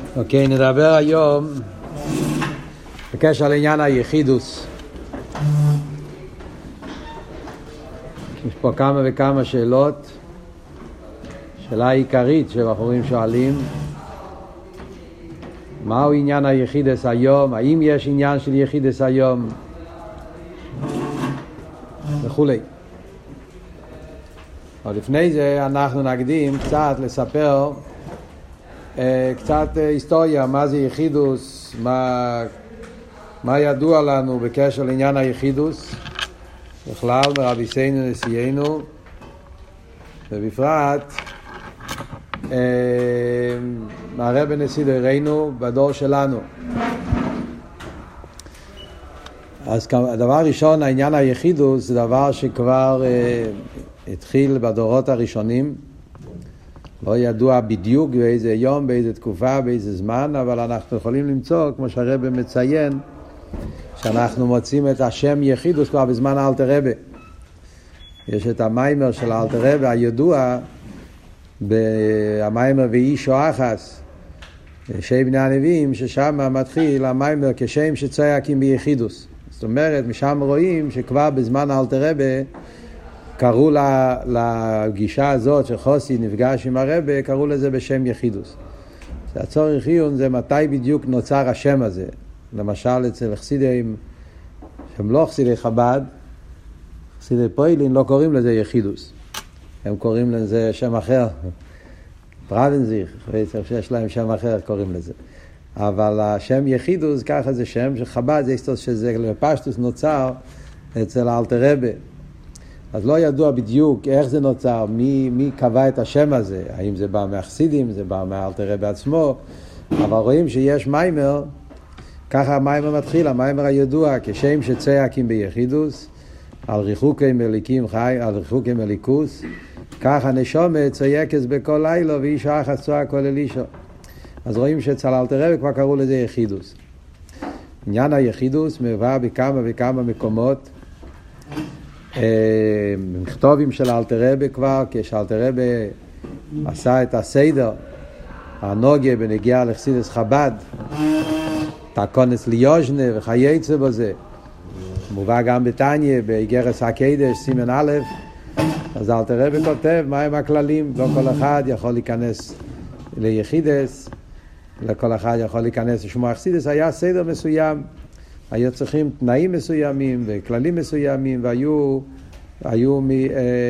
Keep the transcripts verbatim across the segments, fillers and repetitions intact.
אוקיי, נדבר היום בקשר לעניין היחידוס. יש פה כמה וכמה שאלות. שאלה העיקרית שבחורים שואלים, מהו עניין היחידס היום? האם יש עניין של יחידס היום? וכולי. אבל לפני זה אנחנו נקדים קצת לספר קצת היסטוריה, מה זה יחידוס, מה, מה ידוע לנו בקשר לעניין היחידוס, בכלל מרביסנו נשיאנו, ובפרט מהרבי נשיא דורנו בדור שלנו. אז הדבר הראשון, העניין היחידוס, זה דבר שכבר התחיל בדורות הראשונים. לא ידוע בדיוק באיזה יום, באיזה תקופה, באיזה זמן, אבל אנחנו יכולים למצוא, כמו שהרבי מציין, שאנחנו מוצאים את השם יחידוס כבר בזמן האלטר רבי. יש את המיימר של האלטר רבי הידוע, במיימר ואישו אחס, שי בני הנביאים, ששם מתחיל המיימר כשם שצועקים ביחידוס. זאת אומרת, משם רואים שכבר בזמן האלטר רבי, קראו לגישה הזאת שחוסי נפגש עם הרבי, קראו לזה בשם יחידוס. הצורך עיון זה מתי בדיוק נוצר השם הזה. למשל אצל חסידים שהם לא חסידי חב"ד, חסידי פוילין לא קוראים לזה יחידוס. הם קוראים לזה שם אחר. פרבנזיך, שיש להם שם אחר קוראים לזה. אבל השם יחידוס ככה זה שם שחב"ד זה אסתוס שזה לפשטוס נוצר אצל האלטר רבי. אז לא ידוע בדיוק איך זה נוצר, מי, מי קבע את השם הזה, האם זה בא מהחסידים, זה בא מהאלטר רבי עצמו, אבל רואים שיש מיימר, ככה המיימר מתחיל, המיימר הידוע, כשם שצועקים ביחידוס, על ריחוקי מליקים חי, על ריחוקי מליקוס, ככה נשומת צועקת בכל לילה, ואיש אחת צועק כל אלישו. אז רואים שאצל האלטר רבי כבר קראו לזה יחידוס. עניין היחידוס מביא בכמה וכמה מקומות, מכתובים של האלטר רבי כבר, כשהאלטר רבי עשה את הסדר הנוגע בנגיעה לחסידס חב"ד, תקונס ליוז'נה וחייצא בזה, מובא גם בתניא באיגרס הקדש סימן א'. אז האלטר רבי כותב מהם הכללים, לא כל אחד יכול להיכנס ליחידס, לא כל אחד יכול להיכנס לשמוע חסידס. היה סדר מסוים, היו צריכים תנאים מסוימים וכללים מסוימים, והיו היו מ, אה,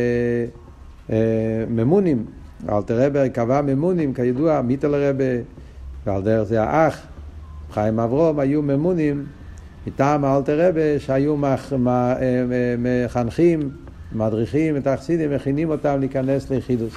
אה, ממונים. האלטר רבי קבע ממונים, כידוע, מיטל רבי, ועל דרך זה האח, חיים אברום, היו ממונים מטעם האלטר רבי, שהיו מח, מח, מחנכים, מדריכים את החסידים, מכינים אותם להיכנס ליחידוס.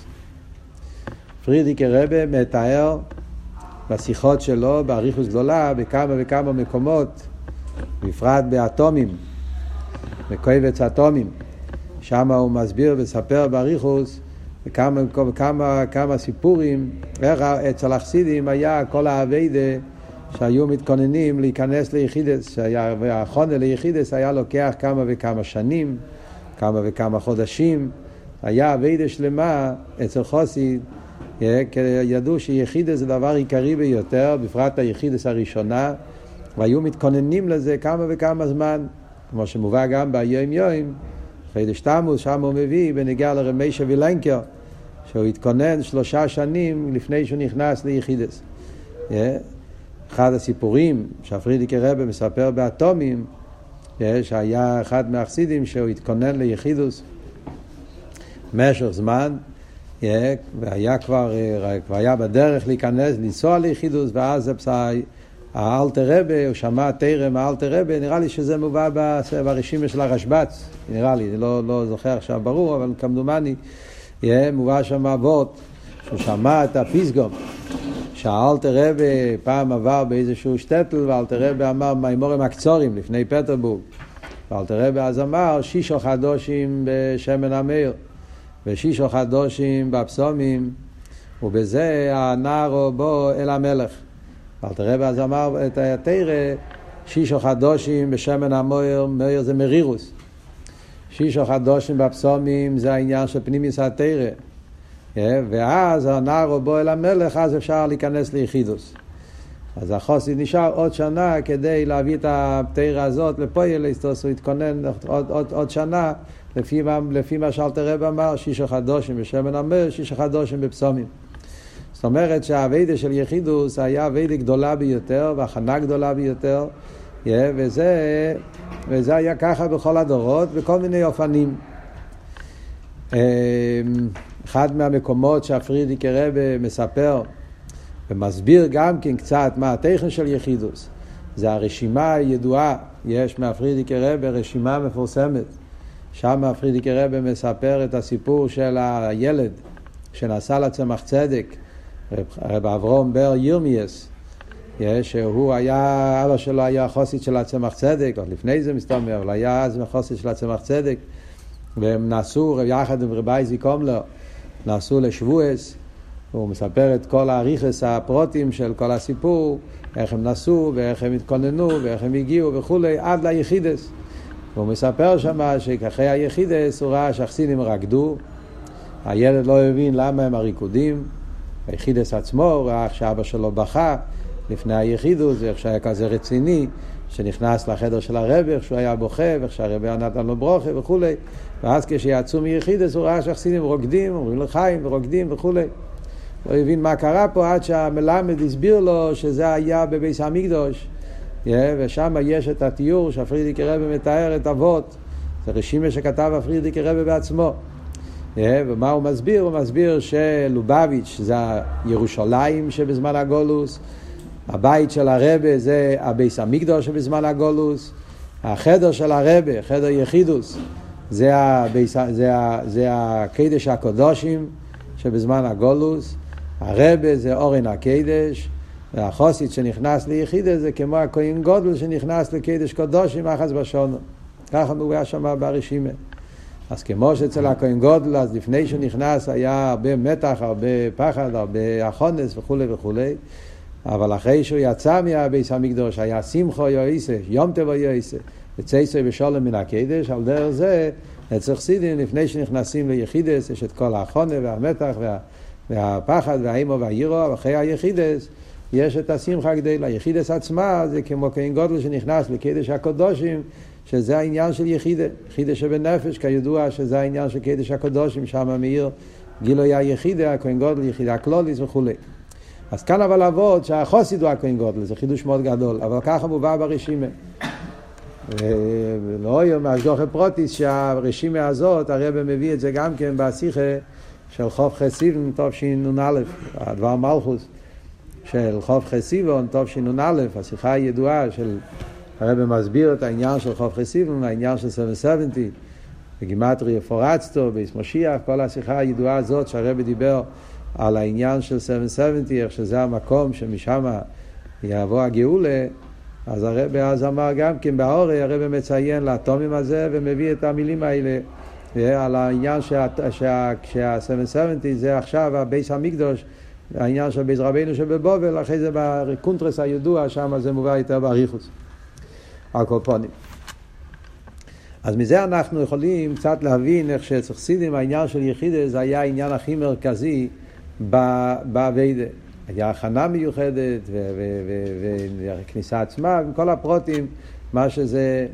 פרידיקי רבי מתאר בשיחות שלו, באריכות גדולה, בכמה וכמה מקומות, בפרט באטומים, בקובץ אטומים, שם הוא מסביר וספר באריכות וכמה כמה כמה סיפורים איך אצל החסידים היה כל העבודה שהיו מתכוננים להיכנס ליחידס, שהיה והחונה ליחידס היה לוקח כמה וכמה שנים, כמה וכמה חודשים. היה עבודה שלמה אצל חסיד, כי ידעו שיחידס זה דבר עיקרי ביותר, בפרט היחידס הראשונה, והיו מתכוננים לזה כמה וכמה זמן, כמו שמובא גם ביום יום, חידש תמוז, שם הוא מביא בנגיעה לרבי משה וילנקר, שהוא התכונן שלושה שנים לפני שהוא נכנס ליחידס. אחד הסיפורים שהפרידיקי רבי מספר באטומים, שהיה אחד מהחסידים שהוא התכונן ליחידוס משך זמן, והיה כבר, כבר היה בדרך להיכנס, לנסוע ליחידוס, ואז האלטר רבי, הוא שמע תרם האלטר רבי, נראה לי שזה מובא ברשימה של הרשב"ץ, נראה לי, לא, לא זוכר עכשיו ברור, אבל כמדומני, מובא שם אבות, שהוא שמע את הפיסגום, שהאלטר רבי פעם עבר באיזשהו שטטל, והאלטר רבי אמר מימורים הקצורים לפני פטרבורג, והאלטר רבי אז אמר שישו חדושים בשמן המאיר, ושישו חדושים בפסומים, ובזה הנער בו אל המלך. אלתר רבי אז אמר את התורה, שישו חדושים בשמן המאיר, מאיר זה מרירוס. שישו חדושים בפסומים זה העניין של פנימיוס התורה. ואז הנער בו אל המלך, אז אפשר להיכנס ליחידוס. אז החסיד נשאר עוד שנה כדי להביא את התורה הזאת לפועל, הוא התכונן עוד, עוד, עוד שנה לפי מה, לפי מה שאלתר רבי אמר, שיש חדושים בשמן המר, שיש חדושים בפסומים. זאת אומרת שהעבודה של יחידוס היה עבודה גדולה ביותר והכנה גדולה ביותר, וזה, וזה היה ככה בכל הדורות בכל מיני אופנים. אחד מהמקומות שהפרידיקי רבי מספר ומסביר גם כן קצת מה הטכן של יחידוס, זה הרשימה הידועה. יש מהפרידיקי רבי רשימה מפורסמת, שם הפרידיקי רבי מספר את הסיפור של הילד שנסע לצמח צדק, רב אברהם בר ירמיאס, שהוא היה, אבא שלו היה חסיד של הצמח צדק, עוד לפני זה מסתובב, אבל היה אז חסיד של הצמח צדק, והם נסעו יחד עם רבי אייזיק קומלר, נסעו לשבועס, הוא מספר את כל האריכס הפרוטים של כל הסיפור, איך הם נסעו ואיך הם התכוננו ואיך הם הגיעו וכולי, עד ליחידס. והוא מספר שמה שאחרי היחידס הוא ראה שהחסידים רקדו, הילד לא הבין למה הם הריקודים, היחידס עצמו הוא ראה שאבא שלו בכה לפני היחידוס, איך שהיה כזה רציני, שנכנס לחדר של הרבי, איך שהוא היה בוכה, ואיך שהרבי נתן לו ברוכה וכולי, ואז כשיצאו מיחידס הוא ראה שהחסידים רוקדים, אומרים לחיים ורוקדים וכולי. לא הבין מה קרה פה עד שהמלמד הסביר לו שזה היה בביס המקדוש, ושם יש את התיאור שהפרידיקי רבי מתאר את אבות, זה רשימה שכתב הפרידיקי רבי בעצמו. ומה הוא מסביר? הוא מסביר שלובביץ' זה ירושלים שבזמן הגולוס, הבית של הרבי זה הביס המקדוש שבזמן הגולוס, החדר של הרבי, חדר יחידוס, זה, הביס, זה, זה הקדש הקודשים שבזמן הגולוס, הרבי זה אורן הקדש, והחסיד שנכנס ליחידה זה כמו הכהן גודל שנכנס לקדש קודשים אחז בשונו. ככה מובא שם ברשימה. אז כמו שאצל הכהן גודל, אז לפני שהוא נכנס היה הרבה מתח, הרבה פחד, הרבה אחונס וכו' וכו'. אבל אחרי שהוא יצא מהביס המקדוש היה שמחו יויסה, יום טבע יויסה, וצייסוי בשולם מן הקדש. על דרך זה אצל חסידים לפני שנכנסים ליחידס יש את כל האחונה והמתח וה, והפחד והאימו והירו, ואחרי היחידס יש את השמחה גדולה. היחידס עצמה זה כמו כהן גודל שנכנס לקדש הקודשים, שזה העניין של יחידה, יחידה שבנפש, כידוע שזה העניין של קדש הקודשים, שם מאיר גילוי היחידה, הכהן גודל, יחידה קלוליס וכו'. אז כאן אבל עבוד שהחסיד הוא הכהן גודל, זה חידוש מאוד גדול, אבל ככה מובא ברשימה. ולא יום מהשגוחי פרוטיס שהרשימה הזאת, הרב מביא את זה גם כן בשיחה של חוף חסיבון טוב שינון הדבר מלכוס של חוף חסיבון טוב שינון השיחה הידועה של הרב מסביר את העניין של חוף חסיבון, העניין של שבע שבעים, בגימטריה פורצתו, ביס משיח, כל השיחה הידועה הזאת שהרב דיבר על העניין של שבע שבעים, איך שזה המקום שמשם יבוא הגאולה. אז הרב אז אמר גם כן בהורי, הרב מציין לאטומים הזה ומביא את המילים האלה על העניין שה-שבע שבעים זה עכשיו הביס המקדוש, העניין של ביס רבינו שבבובל, אחרי זה בקונטרס הידוע, שם זה מובא יותר באריכוס. הקופונים. אז מזה אנחנו יכולים קצת להבין איך שצריכים העניין של יחידה זה היה העניין הכי מרכזי בעבודה. היה הכנה מיוחדת וכניסה עצמה וכל הפרוטים, מה שזה...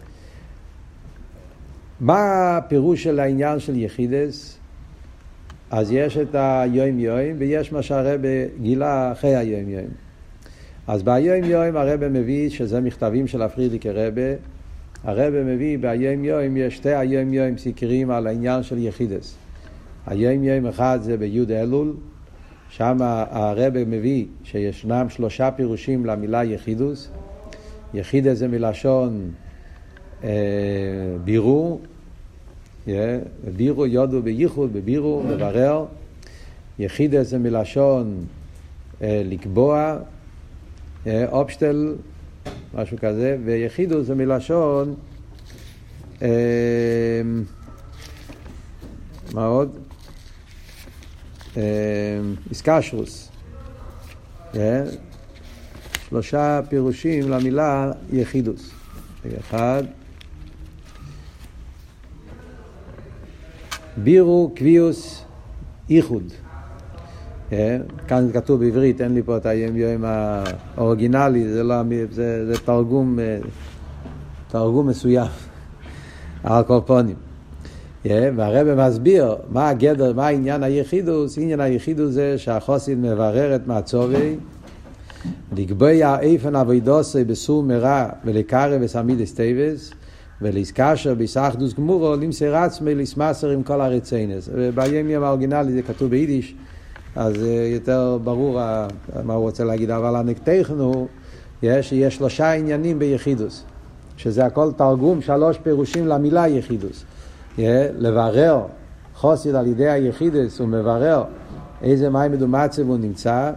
מה הפירוש של העניין של יחידס? אז יש את היום יום ויש מה שהרב גילה אחרי היום יום. אז ביום יום הרב מביא, שזה מכתבים של הפרידיקי רבי, הרב מביא ביום יום, יש שתי היום יום סיכרים על העניין של יחידס. היום יום אחד זה ביוד אלול, שם הרב מביא שישנם שלושה פירושים למילה יחידוס. יחידס זה מלשון אה, בירו, yeah, בירו יודו בייחוד, בבירו, מברר. יחידס זה מלשון אה, לקבוע, אופשטל, משהו כזה, ויחידוס זה מלשון אה, מה עוד? אה, איסקשרוס. אה, שלושה פירושים למילה יחידוס. אחד, בירו, קביוס, איחוד. כאן כתוב בעברית, אין לי פה את היום יום האורגינלי, זה, לא, זה, זה תרגום, תרגום מסוים על קורפונים. והרבא מסביר מה הגדר, מה העניין היחידוס. עניין היחידוס זה שהחסיד מברר את מעצובי, לקבוע איפן עבודתו בסור מרע ולקרב וסמידס טייבס, ולהזכשר ביסחדוס גמורו למסר עצמי לסמסר עם כל הרציינס. ביום יום האורגינלי זה כתוב ביידיש, אז יותר ברור מה הוא רוצה להגיד, אבל הנקטייכן הוא שיש שלושה עניינים ביחידוס, שזה הכל תרגום שלוש פירושים למילה יחידוס. לברר חסיד על ידי היחידס, הוא מברר איזה מים מדומצב הוא נמצא,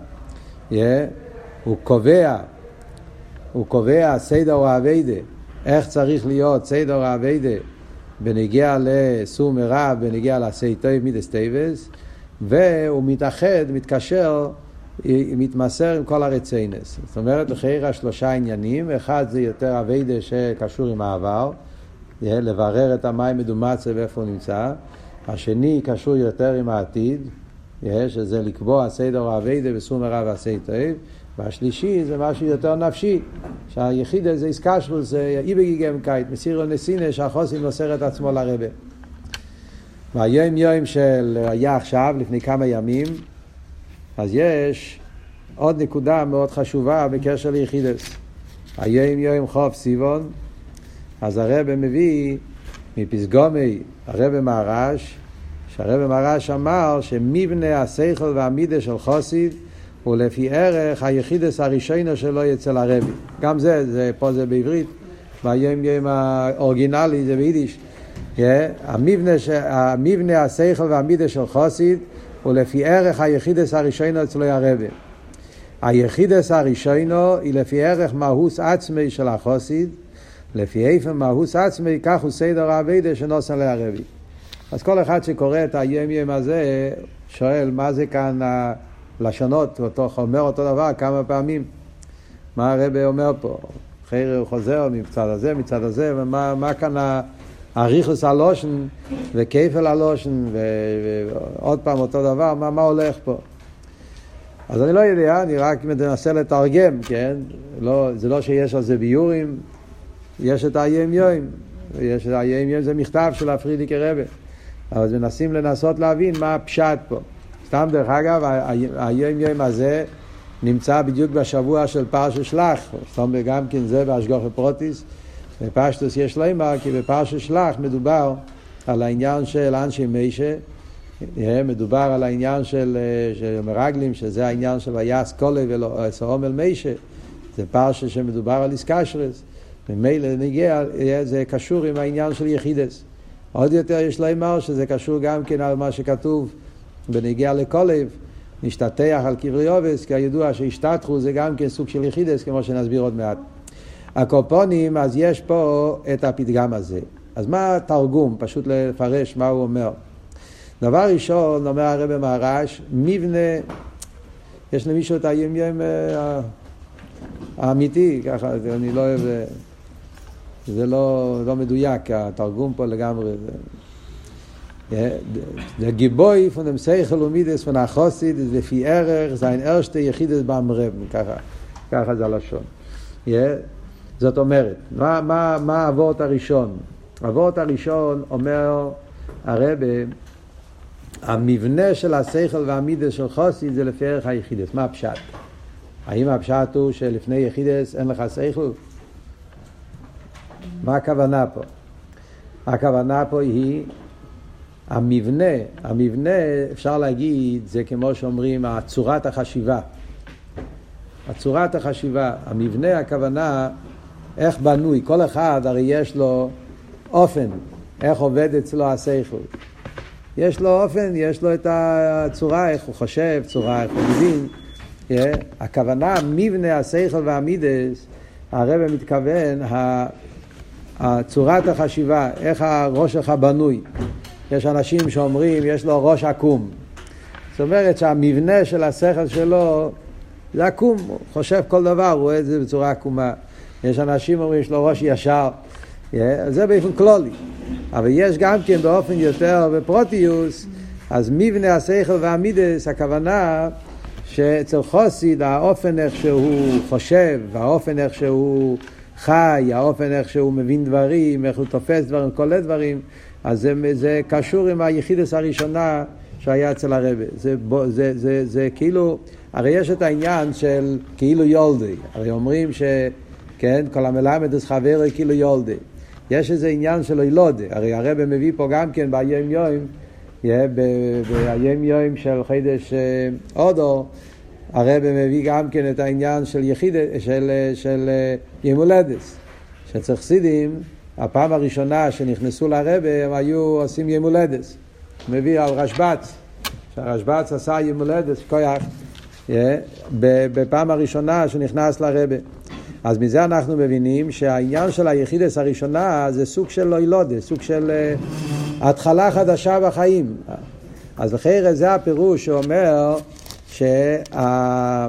הוא קובע הוא קובע סדר העבודה, איך צריך להיות סדר העבודה בנגיע לסור מרע, בנגיע לעשי טוב מידס טייבס, והוא מתאחד, מתקשר, מתמסר עם כל הרציינס. זאת אומרת, לחייר שלושה עניינים. אחד זה יותר עבודה שקשור עם העבר, לברר את המים מדומצב ואיפה הוא נמצא. השני קשור יותר עם העתיד, שזה לקבוע סדר העבודה בסור מרע ועשי טוב. והשלישי זה משהו יותר נפשי, שהיחיד הזה הזכשנו, זה איבגיגמקייט, מסירו נסינה, שהחוסין מוסר את עצמו לרבה. והיום יום של היה עכשיו, לפני כמה ימים, אז יש עוד נקודה מאוד חשובה בקשר ליחידס. היום יום חוף סיבון, אז הרב מביא מפסגומי הרב מהר"ש, שהרב מהר"ש אמר שמבנה השכל והמידה של חסיד הוא לפי ערך היחידס הראשונה שלו אצל הרבי. גם זה, זה פה זה בעברית, ביום יום האורגינלי זה ביידיש. Yeah, המבנה, המבנה השכל והמידה של חסיד הוא לפי ערך היחידס הראשונה אצלו הרבי. היחידס הראשונה היא לפי ערך מהוס עצמי של החסיד, לפי איפן מהוס עצמי, כך הוא סדר העבודה שנוסע להרבי. אז כל אחד שקורא את היום יום הזה שואל מה זה כאן לשונות, אותו אומר אותו דבר כמה פעמים. מה הרבי אומר פה? אחרי הוא חוזר מצד הזה, מצד הזה, ומה מה כאן הריחוס הלושן וכיפל הלושן ועוד פעם אותו דבר, מה, מה הולך פה? אז אני לא יודע, אני רק מנסה לתרגם, כן? לא, זה לא שיש על זה ביורים, יש את היום יום, יש את היום יום, זה מכתב של הפרידיקי רבי, אבל מנסים לנסות להבין מה הפשט פה. סתם דרך אגב, היום יום הזה נמצא בדיוק בשבוע של פרשת שלח, סתם גם כן זה בהשגחה פרוטיס, בפשטוס יש לומר, כי בפרשת שלח מדובר על העניין של אנשי מיישה, מדובר על העניין של, של מרגלים, שזה העניין של ויעש קולי ולסעום אל מיישה, זה פרשת שמדובר על איסקשרס, ומילא נגיע, זה קשור עם העניין של יחידס. עוד יותר יש לומר שזה קשור גם כן על מה שכתוב בנגיע לקולב, נשתתח על קברי אובס, כי הידוע שהשתתחו זה גם כן סוג של יחידס, כמו שנסביר עוד מעט. הקורפונים, אז יש פה את הפתגם הזה. אז מה התרגום? פשוט לפרש מה הוא אומר. דבר ראשון, אומר הרב מהר"ש, מבנה, יש למישהו את היום יום האמיתי, ככה, אני לא אוהב, זה לא, לא מדויק, התרגום פה לגמרי. Der Geboi von dem Seichel und Mides von Achosid ist wie viel Erech sein erste Yechides beim Reben. ככה, ככה זה הלשון. זאת אומרת, מה, מה, מה העבוד הראשון? העבוד הראשון אומר הרבי, המבנה של השכל והמידס של חסיד זה לפי ערך היחידס. מה הפשט? האם הפשט הוא שלפני יחידס אין לך שכל? מה הכוונה פה? הכוונה פה היא המבנה, המבנה אפשר להגיד זה כמו שאומרים הצורת החשיבה. הצורת החשיבה, המבנה הכוונה איך בנוי, כל אחד הרי יש לו אופן, איך עובד אצלו השכל. יש לו אופן, יש לו את הצורה, איך הוא חושב, צורה, איך הוא מבין. Yeah. הכוונה, מבנה השכל והמידס, הרב מתכוון, הצורת החשיבה, איך הראש שלך בנוי. יש אנשים שאומרים, יש לו ראש עקום. זאת אומרת שהמבנה של השכל שלו זה עקום, הוא חושב כל דבר, הוא רואה את זה בצורה עקומה. יש אנשים אומרים, יש לו ראש ישר. Yeah, זה באופן כללי. אבל יש גם כן באופן יותר בפרוטיוס, אז מבנה השכל והמידס, הכוונה שאצל חסיד האופן איך שהוא חושב, האופן איך שהוא חי, האופן איך שהוא מבין דברים, איך הוא תופס דברים, כל הדברים, אז זה, זה קשור עם היחידס הראשונה שהיה אצל הרבי. זה, זה, זה, זה, זה כאילו, הרי יש את העניין של כאילו יולדי, הרי אומרים ש, כן, כל המלמד אז חברי כאילו יולדי. יש איזה עניין של ילודה, הרי הרבי מביא פה גם כן ביום יום, ביום יום של חידש אודו, הרבי מביא גם כן את העניין של יחיד, של, של יום הולדס, שצריך חסידים, הפעם הראשונה שנכנסו לרבי הם היו עושים יום הולדס. מביא על רשב"ץ, שהרשב"ץ עשה יום הולדס, כוח, בפעם הראשונה שנכנס לרבי. אז מזה אנחנו מבינים שהעניין של היחידס הראשונה זה סוג של לא ילודה, סוג של uh, התחלה חדשה בחיים. אז לכן זה הפירוש שאומר שהמבנה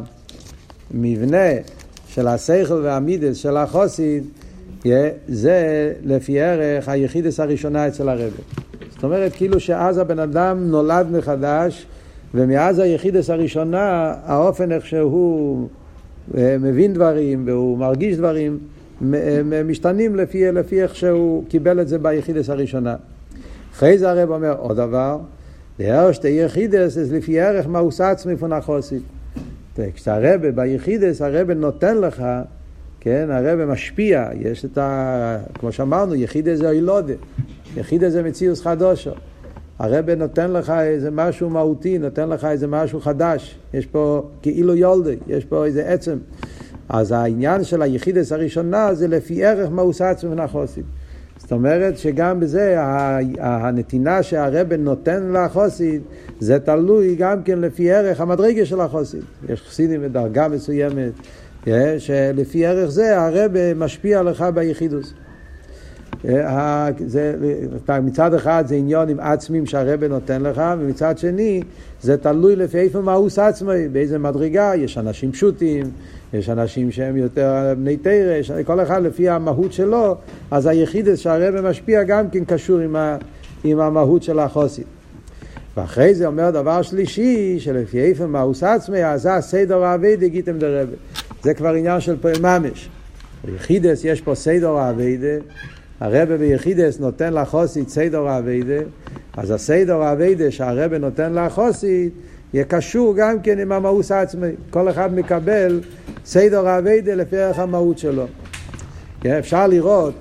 של השכל והמידס של החסיד זה לפי ערך היחידס הראשונה אצל הרבי. זאת אומרת כאילו שאז הבן אדם נולד מחדש, ומאז היחידס הראשונה האופן איך שהוא מבין דברים והוא מרגיש דברים משתנים לפי, לפי איך שהוא קיבל את זה ביחידס הראשונה. אחרי זה הרב אומר עוד דבר, דהר שתי יחידס אז לפי ערך מאוס עצמי פון החסיד. כשאתה הרב ביחידס, הרב נותן לך, כן, הרב משפיע, יש את ה... כמו שאמרנו, יחידס זה אילודה, יחידס זה מציאוס חדושו. הרב נותן לך איזה משהו מהותי, נותן לך איזה משהו חדש. יש פה כאילו יולדי, יש פה איזה עצם. אז העניין של היחידס הראשונה זה לפי ערך מאוס עצמי פון החסיד. זאת אומרת שגם בזה הנתינה שהרב נותן לחסיד זה תלוי גם כן לפי ערך המדרגה של החסיד. יש חסידים בדרגה מסוימת שלפי ערך זה הרב משפיע לך ביחידוס. זה, מצד אחד זה עניון עם עצמים שהרבא נותן לך, ומצד שני זה תלוי לפי איפה מאוס עצמי, באיזה מדרגה. יש אנשים פשוטים, יש אנשים שהם יותר בני תורה, כל אחד לפי המהות שלו, אז היחידס שהרבא משפיע גם כן קשור עם, ה, עם המהות של החסיד. ואחרי זה אומר דבר שלישי, שלפי איפה מאוס עצמי, אז זה סדר העבודה גיתם דרבא. זה כבר עניין של פועל ממש. ביחידס יש פה סדר העבודה, הרב ביחידס נותן לחסיד סדר העבודה, אז הסדר העבודה שהרב נותן לחסיד יהיה קשור גם כן עם המאוס עצמי. כל אחד מקבל סדר העבודה לפי ערך המהות שלו. אפשר לראות,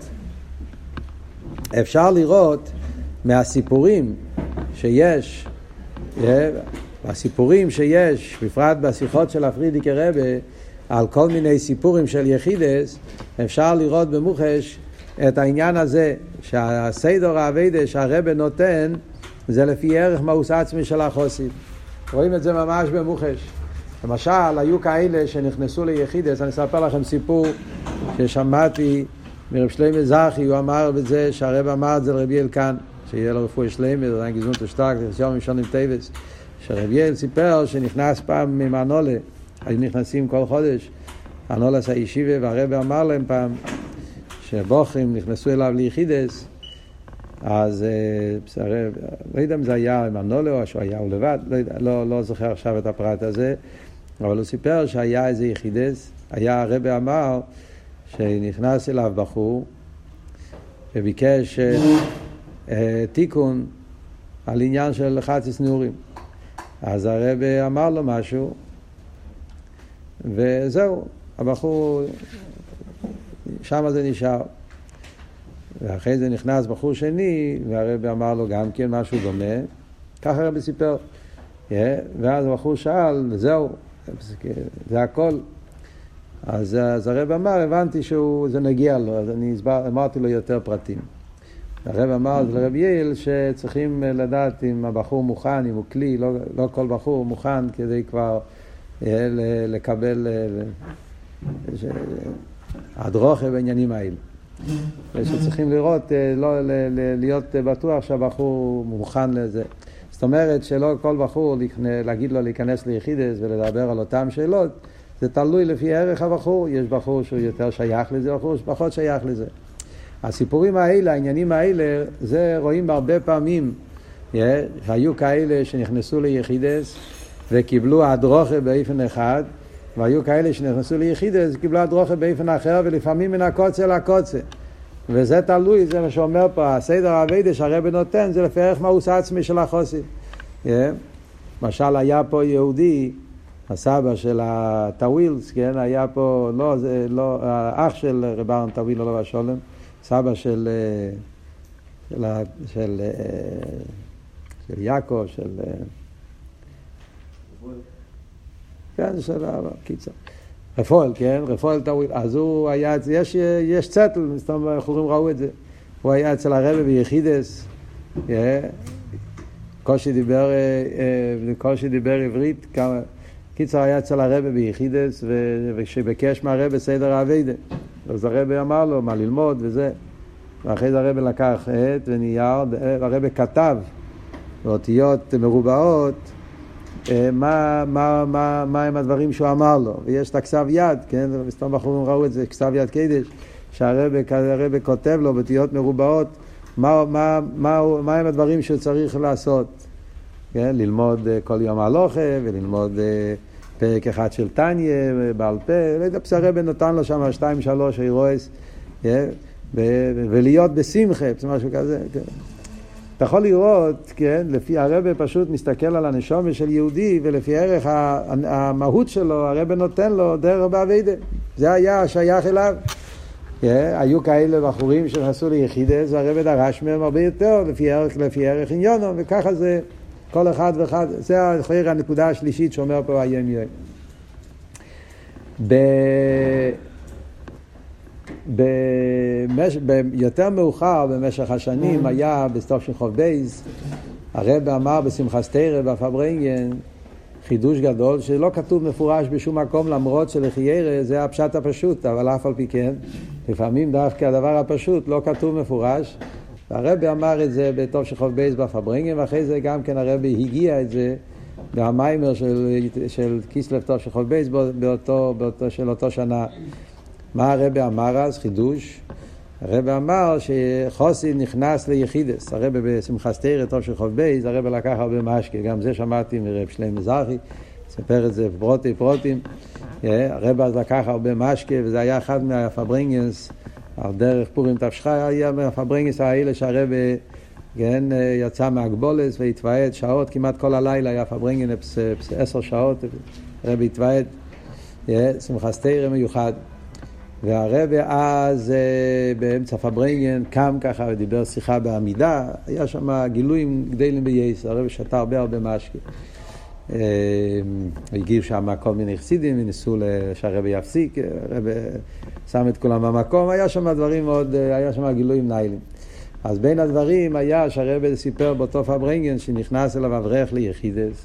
אפשר לראות מהסיפורים שיש, הסיפורים שיש, בפרט בשיחות של הפרידיקי רבי, על כל מיני סיפורים של יחידס, אפשר לראות במוחש את העניין הזה, שהסדר העבודה שהרבא נותן, זה לפי ערך מאוס עצמי של החסיד. רואים את זה ממש במוחש. למשל, היו כאלה שנכנסו ליחידס, אני אספר לכם סיפור ששמעתי מרב שלמה זכי, הוא אמר בזה, שהרבא אמר את זה לרבי אלקן, שיהיה לו רפואה שלמה, זה היה גזנות ושטק, יום ראשון עם טייבס, שרבי אל סיפר שנכנס פעם ממנולה, היו נכנסים כל חודש, הנולה עשה ישיבה, והרבא אמר להם פעם, שבוחרים נכנסו אליו ליחידס, אז הרב, לא יודע אם זה היה עם הנולה או שהוא היה הוא לבד, לא, יודע, לא, לא זוכר עכשיו את הפרט הזה, אבל הוא סיפר שהיה איזה יחידס, היה הרב אמר שנכנס אליו בחור, וביקש אה, תיקון על עניין של חצי סנורים. אז הרב אמר לו משהו, וזהו, הבחור, שם זה נשאר. ואחרי זה נכנס בחור שני, והרב אמר לו גם כן משהו דומה, ככה הרב סיפר. ואז הבחור שאל, זהו, זה הכל. אז, אז הרב אמר, הבנתי שזה נגיע לו, אז אני הסבר, אמרתי לו יותר פרטים. הרב אמר לרב יעל שצריכים לדעת אם הבחור מוכן, אם הוא כלי, לא, לא כל בחור מוכן כדי כבר לקבל הדרוכה בעניינים האלה. ושצריכים לראות, לא להיות בטוח שהבחור מוכן לזה. זאת אומרת שלא כל בחור להגיד לו להיכנס ליחידס ולדבר על אותם שאלות, זה תלוי לפי ערך הבחור. יש בחור שהוא יותר שייך לזה, בחור שפחות שייך לזה. הסיפורים האלה, העניינים האלה, זה רואים הרבה פעמים היו כאלה שנכנסו ליחידס וקיבלו הדרוכה באופן אחד, והיו כאלה שנכנסו ליחידס וקיבלו הדרוכה באופן אחר, ולפעמים מן הקוצה לקוצה. וזה תלוי, זה מה שאומר פה, הסדר העבודה שהרב נותן, זה לפי ערך מהות עצמי של החוסי. למשל, היה פה יהודי, הסבא של הטווילס, כן, היה פה, לא, זה, לא, האח של רב אהרן טוויל, לא בשולם, סבא של, של, של, של יעקב, של, כן, של קיצר. רפואל, כן, רפואל טוויל, אז הוא היה, יש, יש צטל, מסתום, החורים ראו את זה, הוא היה אצל הרבי ביחידס, קושי דיבר, קושי דיבר עברית, כמה, קיצר היה אצל הרבי ביחידס, וכשבקש מהרבי סדר העבודה, אז הרבי אמר לו מה ללמוד וזה, ואחרי זה הרבי לקח עט ונייר, והרבי כתב באותיות מרובעות, מה, מה, מה, מה הם הדברים שהוא אמר לו, ויש את הכסב יד, כן, מסתום בחורים ראו את זה, כסב יד קדש, שהרבי כותב לו באותיות מרובעות, מה, מה, מה, מה הם הדברים שצריך לעשות, כן, ללמוד כל יום הלוכה, וללמוד פרק אחד של תניה, בעל פה, פס הרבי נותן לו שם שתיים שלוש אירועס, ולהיות בשמחה, משהו כזה, כן. אתה יכול לראות, כן, לפי הרבי פשוט מסתכל על הנשמה של יהודי, ולפי ערך המהות שלו, הרבי נותן לו דרך בעבודה. זה היה שייך אליו. Yeah, היו כאלה בחורים שנכנסו ליחידס, והרבי דרש מהם הרבה יותר, לפי ערך, לפי ערך עניונו, וככה זה כל אחד ואחד. זה אחרי הנקודה השלישית שאומר פה היום יום. ב... במש... ביותר מאוחר במשך השנים היה בסטוף של חוב בייז, הרבי אמר בשמחת תורה בפברנגן חידוש גדול שלא כתוב מפורש בשום מקום, למרות שלחיירה זה הפשט הפשוט, אבל אף על פי כן לפעמים דווקא הדבר הפשוט לא כתוב מפורש. הרבי אמר את זה בטוב של חוב בייז בפברנגן, ואחרי זה גם כן הרבי הגיע את זה במיימר של, של כיסלב טוב של חוב בייז באותו, באותו, של אותו שנה. מה הרבי אמר אז? חידוש. הרבי אמר שחוסי נכנס ליחידס. הרבי בשמחת תורה טוב של חוב בייז, הרבי לקח הרבה משקה, גם זה שמעתי מרב שלם מזרחי, ספר את זה פרוטי פרוטים. הרבי אז לקח הרבה משקה, וזה היה אחד מהפברנגנס, על דרך פורים תפשחה, היה מהפברנגנס האלה שהרבי כן, יצא מהגבולס והתוועד שעות, כמעט כל הלילה היה פברנגנס עשר שעות, הרבי התוועד, שמחת תורה מיוחד. והרבי אז באמצע פברנגן קם ככה ודיבר שיחה בעמידה, היה שם גילויים גדולים בייס, הרבי שתה הרבה הרבה משקה. הגיעו שם כל מיני חסידים וניסו שהרבי יפסיק, הרבי שם את כולם במקום, היה שם דברים מאוד, היה שם גילויים ניילים. אז בין הדברים היה שהרבי סיפר באותו פברנגן שנכנס אליו אברך ליחידס,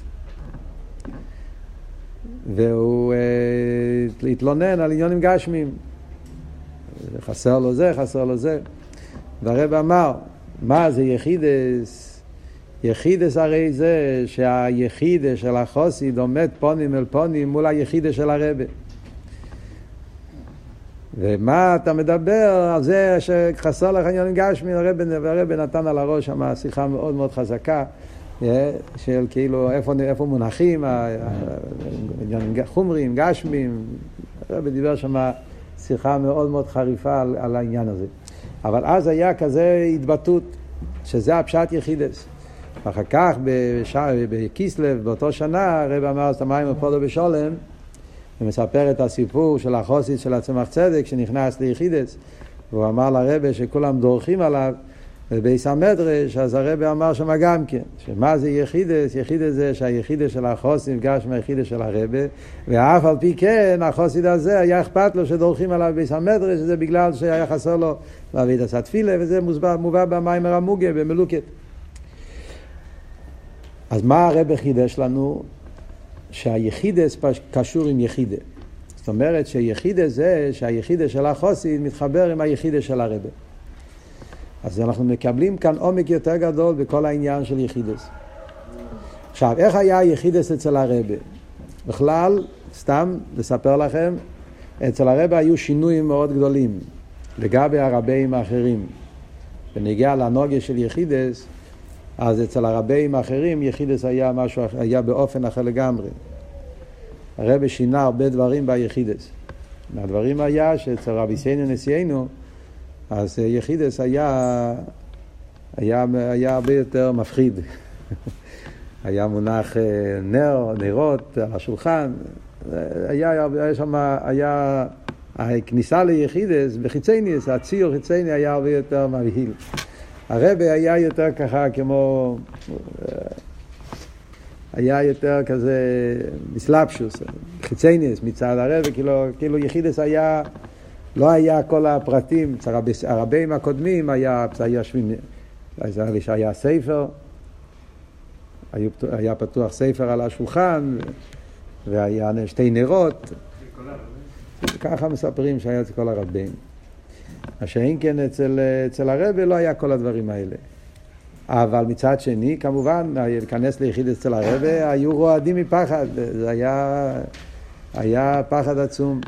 והוא התלונן על עניונים גשמיים. חסר לו זה, חסר לו זה. והרב אמר, מה זה יחידס? יחידס הרי זה שהיחידס של החסיד עומד פונים אל פונים מול היחידס של הרב. ומה אתה מדבר על זה שחסר לך עניונים גשמיים? הרב, והרב נתן על הראש שם שיחה מאוד מאוד חזקה, של כאילו איפה, איפה מונחים, עניונים חומריים, גשמיים. הרב דיבר שם שיחה מאוד מאוד חריפה על, על העניין הזה. אבל אז היה כזה התבטאות, שזה הפשט יחידס. אחר כך בקיסלב, באותו שנה, הרב אמר את המים הפודו בשולם, ומספר את הסיפור של החוסית של הצמח צדק, שנכנס ליחידס, והוא אמר לרב שכולם דורכים עליו, ובייס המדרש, אז הרב אמר שם גם כן, שמה זה יחידס? יחידס זה שהיחידס של החוסית נפגש מהיחידס של הרב, ואף על פי כן, החוסית הזה היה אכפת לו שדורכים עליו בייס המדרש, שזה בגלל שהיה חסר לו לעבוד עשה תפילה, וזה מובא במיימר המוגה, במלוקת. אז מה הרב חידש לנו? שהיחידס קשור עם יחידה. זאת אומרת שיחידס זה שהיחידס של החוסית מתחבר עם היחידס של הרב. אז אנחנו מקבלים כאן עומק יותר גדול בכל העניין של יחידס. עכשיו, איך היה יחידס אצל הרבי? בכלל, סתם לספר לכם, אצל הרבי היו שינויים מאוד גדולים לגבי הרבים האחרים. בנגיע לנוגיה של יחידס, אז אצל הרבים האחרים יחידס היה משהו, היה באופן אחר לגמרי. הרב שינה הרבה דברים ביחידס. מהדברים היה שאצל רבי סיינו נשיאנו, אז יחידס היה, היה, היה הרבה יותר מפחיד. היה מונח נר, נרות על השולחן. היה, היה שם, היה, הכניסה ליחידס בחיצייניס, הציור חיצייני היה הרבה יותר מבהיל. הרב היה יותר ככה כמו, היה יותר כזה מסלאפשוס, חיצייניס מצד הרב, כאילו, כאילו יחידס היה, לא היה כל הפרטים, הרבים הקודמים היה, היה, היה ספר, היה פתוח ספר על השולחן, והיה שתי נרות, ככה מספרים שהיה אצל כל הרבים. מה שאין כן אצל, אצל הרב לא היה כל הדברים האלה. אבל מצד שני, כמובן, להיכנס ליחיד אצל הרב, היו רועדים מפחד, זה היה, היה פחד עצום.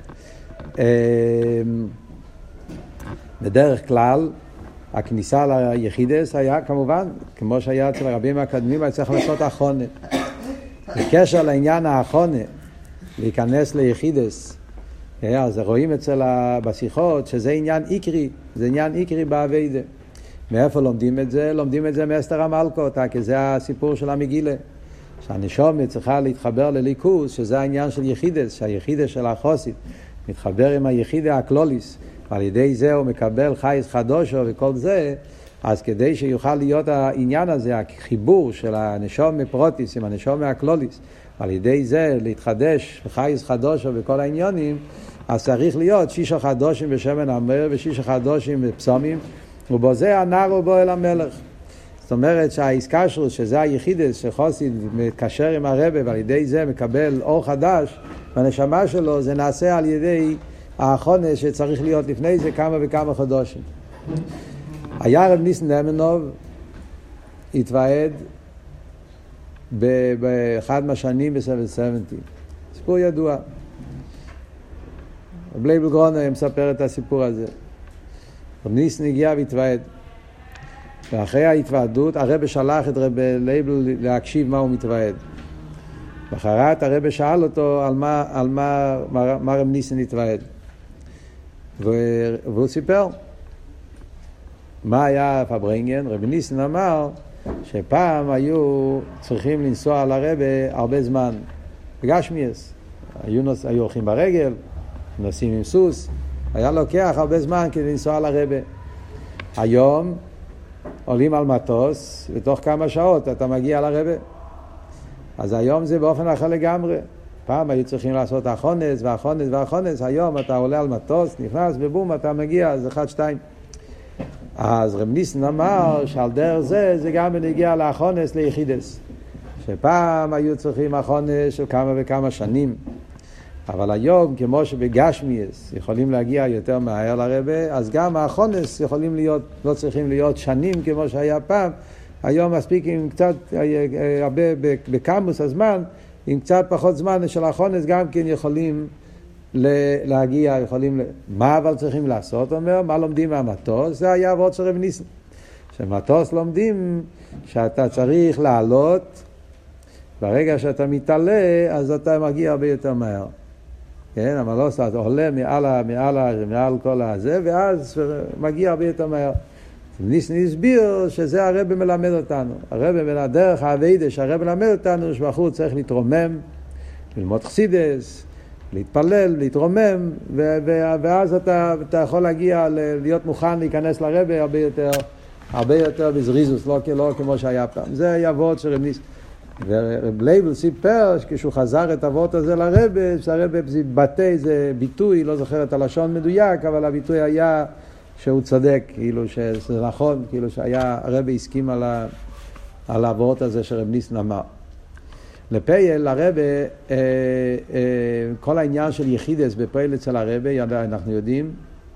בדרך כלל, הכניסה ליחידס היה כמובן, כמו שהיה אצל הרבים הקדמים, היה צריך לעשות אחונה. בקשר לעניין האחונה, להיכנס ליחידס, אז רואים אצל בשיחות שזה עניין עיקרי, זה עניין עיקרי בעבודה. מאיפה לומדים את זה? לומדים את זה מאסתר המלכות, כי זה הסיפור של המגילה. שהנשמה צריכה להתחבר לליכוס, שזה העניין של יחידס, שהיחידס של החוסית מתחבר עם היחידה הקלוליס, ועל ידי זה הוא מקבל חייס חדושו וכל זה, אז כדי שיוכל להיות העניין הזה, החיבור של הנשמה פרוטיס עם הנשמה הקלוליס, על ידי זה להתחדש חייס חדושו וכל העניונים, אז צריך להיות שישה חדושים בשמן המר ושישה חדושים בפסומים, ובזה הנער ובו אל המלך. זאת אומרת שהאיסקשרוס, שזה היחידס שחוסיד מתקשר עם הרבה ועל ידי זה מקבל אור חדש והנשמה שלו, זה נעשה על ידי האחונה שצריך להיות לפני זה כמה וכמה חודשים. היה רב ניסן למנוב התוועד באחד מהשנים ב-שבע שבעים. סיפור ידוע. רב לייבל גרונר מספר את הסיפור הזה. רב ניסן הגיע והתוועד. ואחרי ההתוועדות הרב שלח את רב לייבל להקשיב מה הוא מתוועד. ואחרת הרב שאל אותו על מה, על מה, מה, מה רב ניסן התוועד. והוא סיפר. מה היה פברנגן? רב ניסן אמר שפעם היו צריכים לנסוע על הרבה הרבה זמן. בגשמיאס. היו, נוס, היו הולכים ברגל, נוסעים עם סוס. היה לוקח הרבה זמן כדי לנסוע על הרבה. היום עולים על מטוס, ותוך כמה שעות אתה מגיע לרבה. אז היום זה באופן אחר לגמרי. פעם היו צריכים לעשות החונס והחונס והחונס, היום אתה עולה על מטוס, נכנס ובום, אתה מגיע, אז אחד, שתיים. אז רב ניסן אמר שעל דרך זה, זה גם נגיע לחונס ליחידס. שפעם היו צריכים החונס של כמה וכמה שנים. אבל היום, כמו שבגשמיאס יכולים להגיע יותר מהר לרבה, אז גם החונס יכולים להיות, לא צריכים להיות שנים כמו שהיה פעם. היום מספיק עם קצת, הרבה בקמוס הזמן, עם קצת פחות זמן של החונס גם כן יכולים להגיע, יכולים... מה אבל צריכים לעשות? אומר, מה לומדים מהמטוס? זה היה עבוד של רב ניסן. שמטוס לומדים שאתה צריך לעלות, ברגע שאתה מתעלה, אז אתה מגיע הרבה יותר מהר. כן, אבל לא עושה, אתה עולה מעל, מעל, מעל כל הזה, ואז מגיע הרבה יותר מהר. ניסן הסביר שזה הרב מלמד אותנו. הרב מלמד, דרך העבודה שהרב מלמד אותנו, שבחור צריך להתרומם, ללמוד חסידס, להתפלל, להתרומם, ו- ו- ואז אתה, אתה יכול להגיע, להיות מוכן להיכנס לרב הרבה יותר, הרבה יותר בזריזוס, לא, לא כמו שהיה פעם. זה היה עבוד של רב ניסן. ורב לייבל סיפר כשהוא חזר את אבות הזה לרבה, שהרבה ביטא איזה ביטוי, לא זוכר את הלשון מדויק, אבל הביטוי היה שהוא צודק, כאילו שזה נכון, כאילו שהיה, הרבה הסכים על, ה, על האבות הזה שרב ניסן אמר. לפייל, הרבה, אה, אה, כל העניין של יחידס בפייל אצל הרבה, אנחנו יודעים,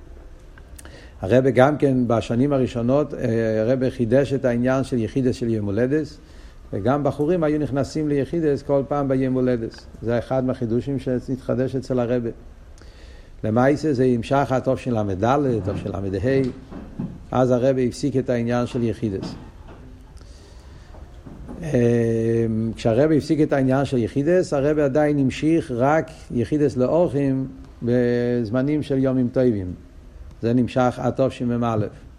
הרבה גם כן בשנים הראשונות, הרבה חידש את העניין של יחידס של יום הולדס, וגם בחורים היו נכנסים ליחידס כל פעם ביום הולדס. זה אחד מהחידושים שהתחדש אצל הרבה. למעשה זה המשך הטוב של המדל, טוב של המדה, אז הרבה הפסיק את העניין של יחידס. כשהרבי הפסיק את העניין של יחידס, הרבי עדיין המשיך רק יחידס לאורחים בזמנים של יומים טובים. זה נמשך עד תשמ"א.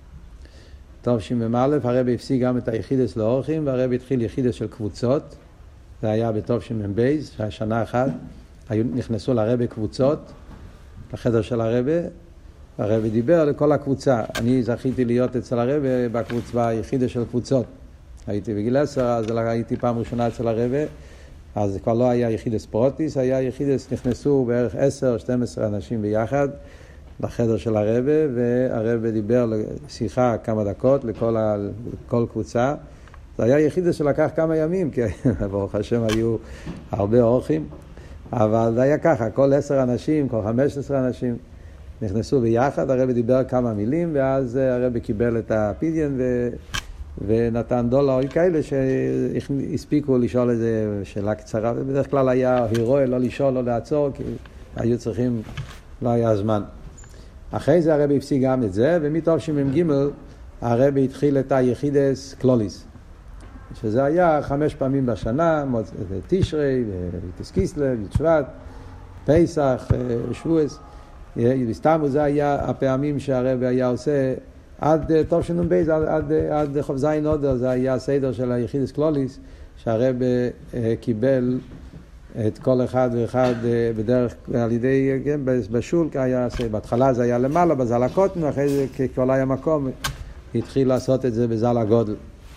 תשמ"א הרבי הפסיק גם את היחידס לאורחים, והרבי התחיל יחידס של קבוצות. זה היה בתשמ"ב, שהיה שנה אחת. היו, נכנסו לרבי קבוצות, לחדר של הרבי, והרבי דיבר לכל הקבוצה. אני זכיתי להיות אצל הרבי בקבוצה, ביחידס של קבוצות. הייתי בגיל עשר, אז הייתי פעם ראשונה אצל הרבי, אז כבר לא היה יחידס פרוטיס, היה יחידס, נכנסו בערך עשר שתים עשרה אנשים ביחד לחדר של הרבי, והרבי דיבר שיחה כמה דקות לכל, ה, לכל קבוצה. זה היה יחידס שלקח כמה ימים, כי ברוך השם היו הרבה אורחים, אבל זה היה ככה, כל עשר אנשים, כל חמש עשרה אנשים נכנסו ביחד, הרבי דיבר כמה מילים, ואז הרבי קיבל את הפדיון ו... ונתן דולר, כאלה שהספיקו לשאול איזה שאלה קצרה, ובדרך כלל היה הירואי, לא לשאול, לא לעצור, כי היו צריכים, לא היה זמן. אחרי זה הרבי הפסיק גם את זה, ומתשמ"ג הרבי התחיל את היחידס קלוליס, שזה היה חמש פעמים בשנה, תשרי, תסקיסלב, יצ'בת, פסח, שבועס, סתם זה היה הפעמים שהרבי היה עושה, עד תשנ"ב, עד, עד, עד חוב זין אודר, זה היה הסדר של היחידס קלוליס, שהרב קיבל את כל אחד ואחד בדרך, על ידי, כן, בשול, היה, בהתחלה זה היה למעלה, בזל הקוטן, ואחרי זה ככל היה מקום, התחיל לעשות את זה בזל הגודל.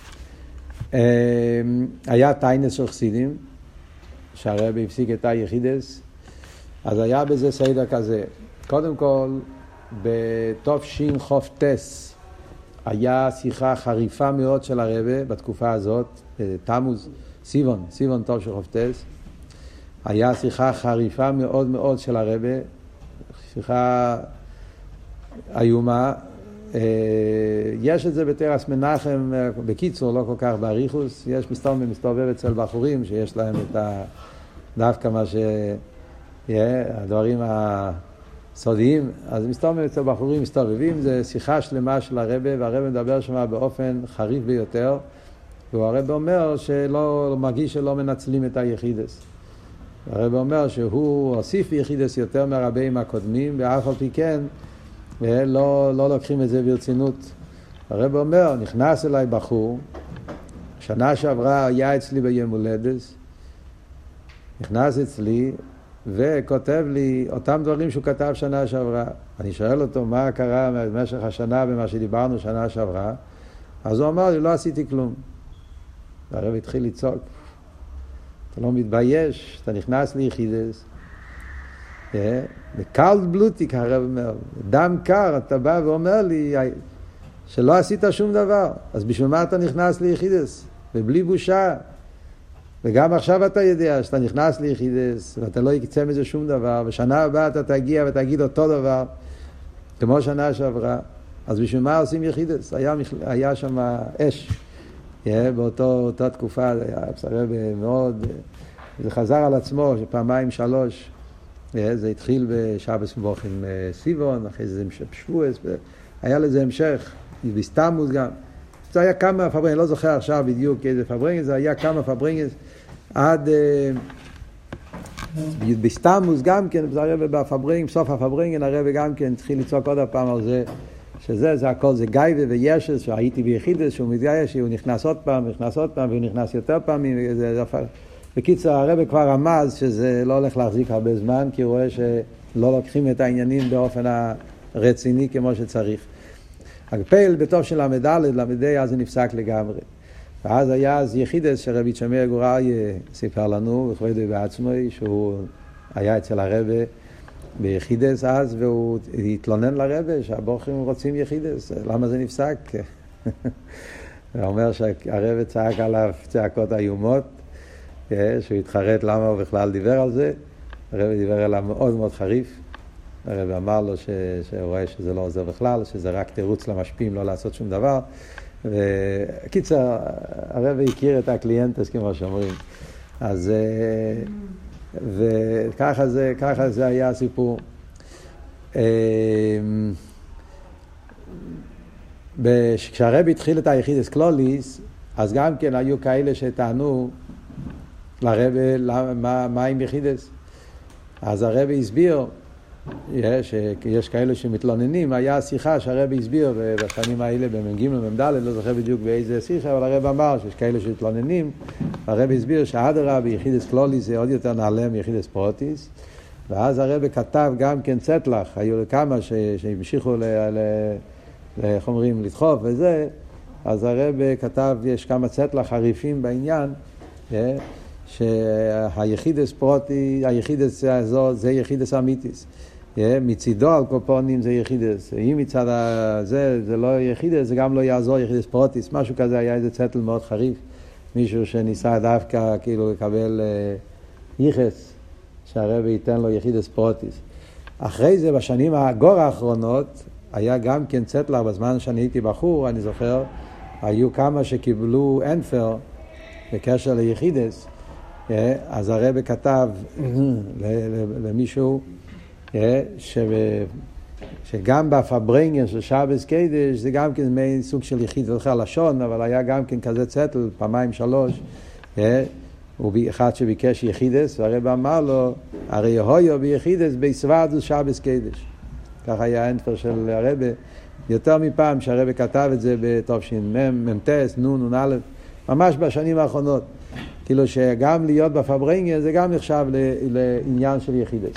היה טיינס של חסידים, שהרב הפסיק את היחידס, אז היה בזה סדר כזה. קודם כל, בתש"ן חוף טס, היה שיחה חריפה מאוד של הרבי בתקופה הזאת, תמוז, סיבון, סיבון טוב של חוף טס. היה שיחה חריפה מאוד מאוד של הרבי, שיחה איומה. יש את זה בתרס מנחם, בקיצור, לא כל כך באריכוס. יש מסתובב מסתובב אצל בחורים שיש להם את דווקא מה ש... הדברים ה... סודיים, אז מסתובבים אצל בחורים, מסתובבים, זה שיחה שלמה של הרבי, והרבי מדבר שם באופן חריף ביותר, והרבי אומר שלא מרגיש שלא מנצלים את היחידס. הרבי אומר שהוא הוסיף יחידס יותר מהרבים הקודמים, ואף על פי כן לא, לא לוקחים את זה ברצינות. הרבי אומר, נכנס אליי בחור, שנה שעברה היה אצלי ביום הולדס, נכנס אצלי, וכותב לי אותם דברים שהוא כתב שנה שעברה. אני שואל אותו מה קרה במשך השנה במה שדיברנו שנה שעברה, אז הוא אמר לי, לא עשיתי כלום. והרב התחיל לצעוק, אתה לא מתבייש, אתה נכנס ליחידס, וקל בלוטיק, הרב אומר, דם קר, אתה בא ואומר לי שלא עשית שום דבר, אז בשביל מה אתה נכנס ליחידס? ובלי בושה. וגם עכשיו אתה יודע שאתה נכנס ליחידס, ואתה לא יקצה מזה שום דבר, ושנה הבאה אתה תגיע ותגיד אותו דבר, כמו שנה שעברה. אז בשביל מה עושים יחידס? היה, היה שם אש, באותה תקופה, זה היה בשרה מאוד, זה חזר על עצמו, שפעמיים שלוש, זה התחיל בשבס מבוך עם סיבון, אחרי זה שבועס, היה לזה המשך, בסתמוס גם. זה היה כמה פברנגס, אני לא זוכר עכשיו בדיוק איזה פברנגס, זה היה כמה פברנגס, עד בסתמוס גם כן, הרב בפברנגס, בסוף הפברנגס, הרב גם כן התחיל לצעוק עוד הפעם על זה, שזה, זה הכל, זה גייבה וישס, שהייתי ביחידס, שהוא מתגייש, שהוא נכנס עוד פעם, נכנס עוד פעם, והוא נכנס יותר פעמים, וזה, בקיצור, הרב כבר רמז שזה לא הולך להחזיק הרבה זמן, כי הוא רואה שלא לוקחים את העניינים באופן הרציני כמו שצריך. הגפל בתוף של למדל, למדי, אז זה נפסק לגמרי. ואז היה אז יחידס שרבי שמיר גוראי סיפר לנו, וכבודו בעצמו, שהוא היה אצל הרבי ביחידס אז, והוא התלונן לרבי שהבוחרים רוצים יחידס, למה זה נפסק? הוא אומר שהרבי צעק עליו צעקות איומות, שהוא התחרט למה הוא בכלל דיבר על זה. הרבי דיבר עליו מאוד מאוד חריף, הרבי אמר לו ש... שהוא רואה שזה לא עוזר בכלל, שזה רק תירוץ למשפיעים לא לעשות שום דבר. וקיצר, הרבי הכיר את הקליינטס כמו שאומרים. אז וככה זה, ככה זה היה הסיפור. כשהרבי התחיל את היחידס קלוליס, אז גם כן היו כאלה שטענו לרב, מה, מה עם יחידס? אז הרב הסביר, יש, יש כאלה שמתלוננים, היה שיחה שהרב הסביר בשנים האלה במ"ג ומ"ד, לא זוכר בדיוק באיזה שיחה, אבל הרב אמר שיש כאלה שמתלוננים, הרב הסביר שהאדרבה ביחידס כלוליס זה עוד יותר נעלה מיחידס פרוטיס, ואז הרב כתב גם כן צטלח, היו כמה שהמשיכו ל... ל איך אומרים, לדחוף וזה, אז הרב כתב, יש כמה צטלח חריפים בעניין, שהיחידס פרוטי, היחידס הזאת זה יחידס אמיתיס. מצידו על קופונים זה יחידס. אם מצד זה, זה לא יחידס, זה גם לא יעזור יחידס פרוטיס. משהו כזה היה איזה צטל מאוד חריף. מישהו שניסה דווקא כאילו לקבל ייחס, שהרב ייתן לו יחידס פרוטיס. אחרי זה, בשנים הגור האחרונות, היה גם כן צטלח, בזמן שאני הייתי בחור, אני זוכר, היו כמה שקיבלו אנפר בקשר ליחידס, אז הרב כתב למישהו שגם בפברנגן של שבס קדש זה גם כן מין סוג של יחיד ולכן לשון, אבל היה גם כן כזה צטל פעמיים שלוש, הוא אחד שביקש יחידס, והרב אמר לו הרי הויו ביחידס בסוודוס שבס קדש. כך היה האנפר של הרב יותר מפעם שהרב כתב את זה בתופשין ממתס, נון, נון א', ממש בשנים האחרונות. כאילו שגם להיות בפברנגן זה גם נחשב לעניין של יחידס.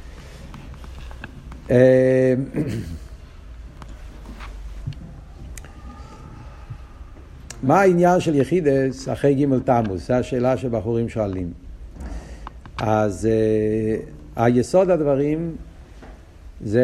מה העניין של יחידס אחרי ג' תמוז? זו השאלה שבחורים שואלים. אז היסוד הדברים זה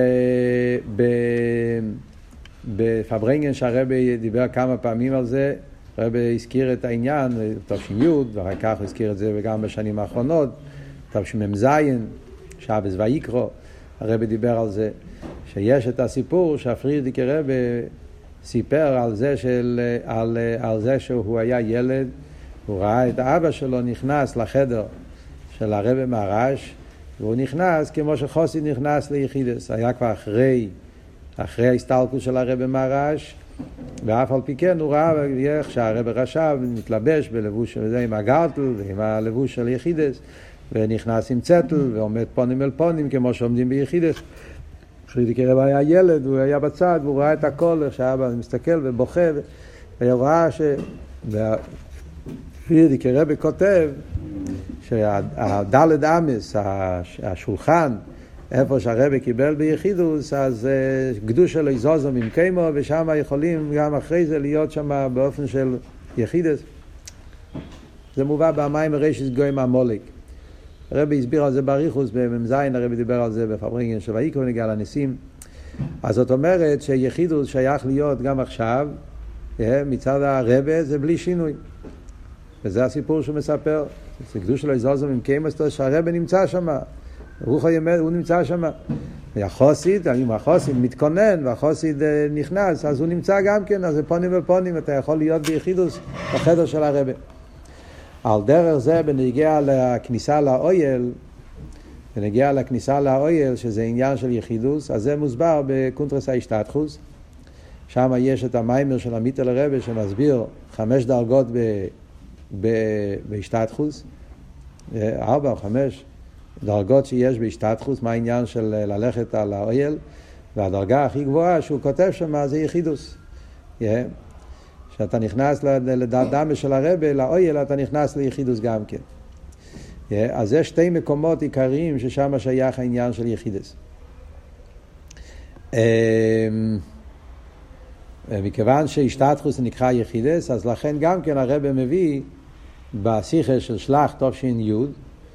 בפברנגן שהרבי דיבר כמה פעמים על זה, הרבי הזכיר את העניין, תש"י, ואחר כך הזכיר את זה וגם בשנים האחרונות, תשמ"ז, שבס ויקרו, הרבי דיבר על זה, שיש את הסיפור שהפרידיקי רבי סיפר על זה, של, על, על זה שהוא היה ילד, הוא ראה את האבא שלו נכנס לחדר של הרבי מהר"ש, והוא נכנס כמו שחוסי נכנס ליחידס, היה כבר אחרי, אחרי ההסתלקות של הרבי מהר"ש, ואף על פי כן הוא ראה איך שהרבי רשב מתלבש בלבוש וזה עם הגרטל ועם הלבוש של יחידס, ונכנס עם צטל ועומד פונים אל פונים כמו שעומדים ביחידס. פרידיקי רבי היה ילד, הוא היה בצד והוא ראה את הכל, איך שהאבא מסתכל ובוכה, והוא ראה ש... פרידיקי רבי כותב שהדלת אמס, השולחן, איפה שהרבי קיבל ביחידוס, אז קדוש שלו יזוזו ממקיימו, ושם יכולים גם אחרי זה להיות שם באופן של יחידס. זה מובא במים הרשס גויים המולק. הרבי הסביר על זה בריחוס, בממזיין הרבי דיבר על זה בפברנגן של ויקרו ונגיע לניסים. אז זאת אומרת שיחידוס שייך להיות גם עכשיו, מצד הרבי זה בלי שינוי. וזה הסיפור שהוא מספר. זה קדוש שלו יזוזו ממקיימו, שהרבי נמצא שם. רוח הימד, הוא נמצא שם. והחוסיד, אם החוסיד מתכונן והחוסיד נכנס, אז הוא נמצא גם כן, אז זה פונים ופונים, אתה יכול להיות ביחידוס בחדר של הרבי. על דרך זה, בנגיע לכניסה לאויל, בנגיע לכניסה לאויל, שזה עניין של יחידוס, אז זה מוסבר בקונטרס ההשתתחוס. שם יש את המיימר של המיטל הרבי, שמסביר חמש דרגות ב, ב, בהשתתחוס, ארבע או חמש, דרגות שיש בהשתתחוס, מה העניין של ללכת על האויל, והדרגה הכי גבוהה שהוא כותב שם זה יחידוס. Yeah. שאתה נכנס לדמה של הרבי, לאויל, אתה נכנס ליחידוס גם כן. Yeah. אז יש שתי מקומות עיקריים ששם שייך העניין של יחידוס. מכיוון שהשתתחוס נקרא יחידוס, אז לכן גם כן הרבי מביא בשיחה של שלח תופשין יוד,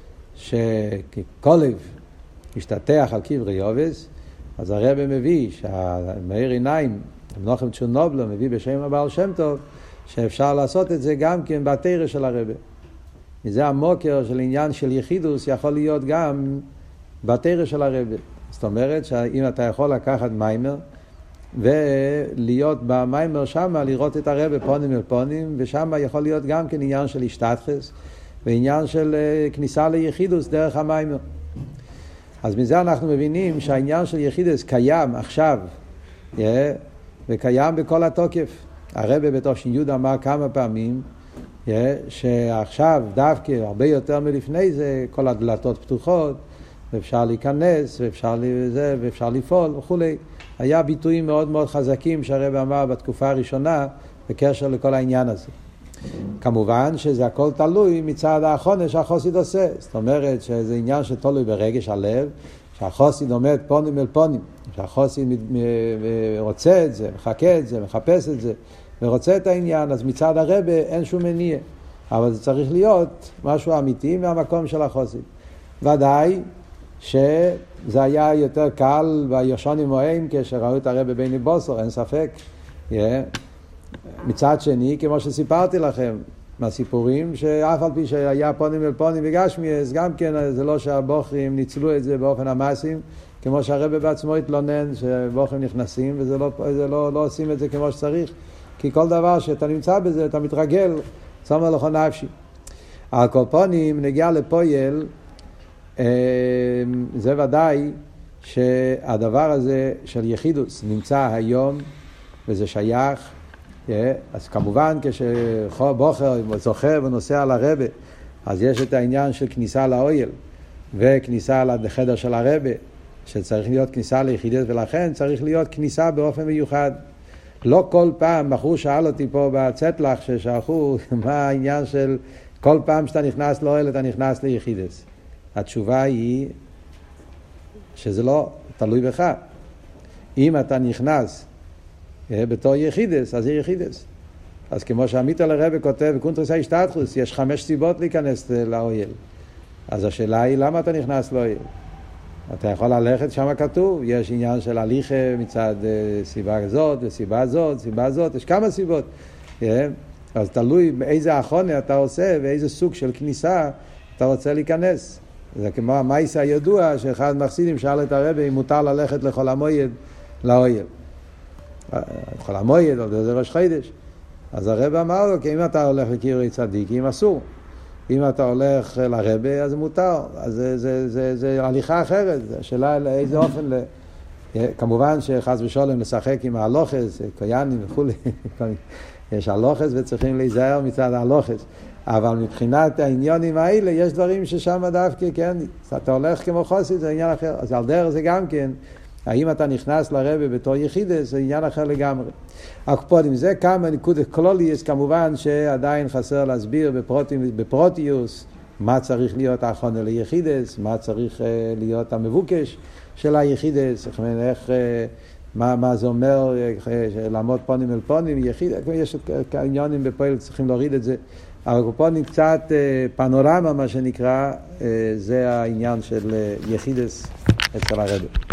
שכולב משתתח על קברי יובס, אז הרבי מביא שהמאיר עיניים, מנחם צ'רנובלו מביא בשם הבעל שם טוב, שאפשר לעשות את זה גם כן בתורה של הרבי. זה המוקר של עניין של יחידוס יכול להיות גם בתורה של הרבי. זאת אומרת שאם אתה יכול לקחת מיימר ולהיות במיימר שם, לראות את הרבי פונים אל פונים, ושם יכול להיות גם כן עניין של השתתחס, ועניין של כניסה ליחידוס דרך המיימר. אז מזה אנחנו מבינים שהעניין של יחידוס קיים עכשיו, וקיים בכל התוקף. הרב בתושין יהודה אמר כמה פעמים, שעכשיו דווקא הרבה יותר מלפני זה, כל הדלתות פתוחות, ואפשר להיכנס, ואפשר, לזה, ואפשר לפעול וכולי. היה ביטויים מאוד מאוד חזקים שהרב אמר בתקופה הראשונה, בקשר לכל העניין הזה. כמובן שזה הכל תלוי מצד האחרונה שהחסיד עושה. זאת אומרת שזה עניין שתלוי ברגש הלב, שהחסיד עומד פונים אל פונים, שהחסיד רוצה את זה, מחכה את זה, מחפש את זה, ורוצה את העניין, אז מצד הרב אין שום מניע. אבל זה צריך להיות משהו אמיתי מהמקום של החסיד. ודאי שזה היה יותר קל ביושונים מוהם כשראו את הרב בני בוסר, אין ספק. Yeah. מצד שני, כמו שסיפרתי לכם, מהסיפורים, שאף על פי שהיה פונים אל פונים וגשמיאס, גם כן זה לא שהבוחרים ניצלו את זה באופן המעשים, כמו שהרב בעצמו התלונן שבוחרים נכנסים, וזה לא, זה לא, לא עושים את זה כמו שצריך, כי כל דבר שאתה נמצא בזה, אתה מתרגל, שמה לך נפשי. על כל פונים, נגיע לפועל, זה ודאי שהדבר הזה של יחידוס נמצא היום, וזה שייך, אז כמובן כשבוחר זוכר ונוסע לרבה, אז יש את העניין של כניסה לאויל וכניסה לחדר של הרבה, שצריך להיות כניסה ליחידות, ולכן צריך להיות כניסה באופן מיוחד. לא כל פעם, בחור שאל אותי פה בצטלח ששלחו, מה העניין של כל פעם שאתה נכנס לאויל אתה נכנס ליחידות. התשובה היא שזה לא תלוי בך. אם אתה נכנס בתור יחידס, אז זה יחידס. אז כמו שעמית על הרב כותב, בקונטרס ההשתתחוס, יש חמש סיבות להיכנס לאויל. אז השאלה היא, למה אתה נכנס לאויל? אתה יכול ללכת, שם כתוב, יש עניין של הליכה מצד סיבה זאת וסיבה זאת, סיבה זאת, יש כמה סיבות. אז תלוי באיזה אחרונה אתה עושה ואיזה סוג של כניסה אתה רוצה להיכנס. זה כמו המייס הידוע, שאחד מחסידים שאל את הרב אם מותר ללכת לכל המועד לאויל. לכל המועד, או זה ראש חידש. אז הרב אמר לו, כי אם אתה הולך לקברי צדיקים, אסור. אם אתה הולך לרבה, אז מותר. אז זה, זה, זה, זה הליכה אחרת. השאלה לאיזה אופן, ל... כמובן שחס ושלום לשחק עם ההלוכס, קויאנים וכו'. יש הלוכס וצריכים להיזהר מצד ההלוכס. אבל מבחינת העניונים האלה, יש דברים ששם דווקא, כן, אתה הולך כמו חסיד, זה עניין אחר. אז על דרך זה גם כן, האם אתה נכנס לרבה בתור יחידה, זה עניין אחר לגמרי. הקופודים, זה כמה נקודות כלוליות, כמובן שעדיין חסר להסביר בפרוטים, בפרוטיוס, מה צריך להיות האחרונה ליחידס, מה צריך uh, להיות המבוקש של היחידס, איך, uh, מה, מה זה אומר, uh, לעמוד פונים אל פונים, יחיד, יש עניונים בפועל, צריכים להוריד את זה. אבל הקופודים קצת uh, פנורמה, מה שנקרא, uh, זה העניין של uh, יחידס אצל הרבי.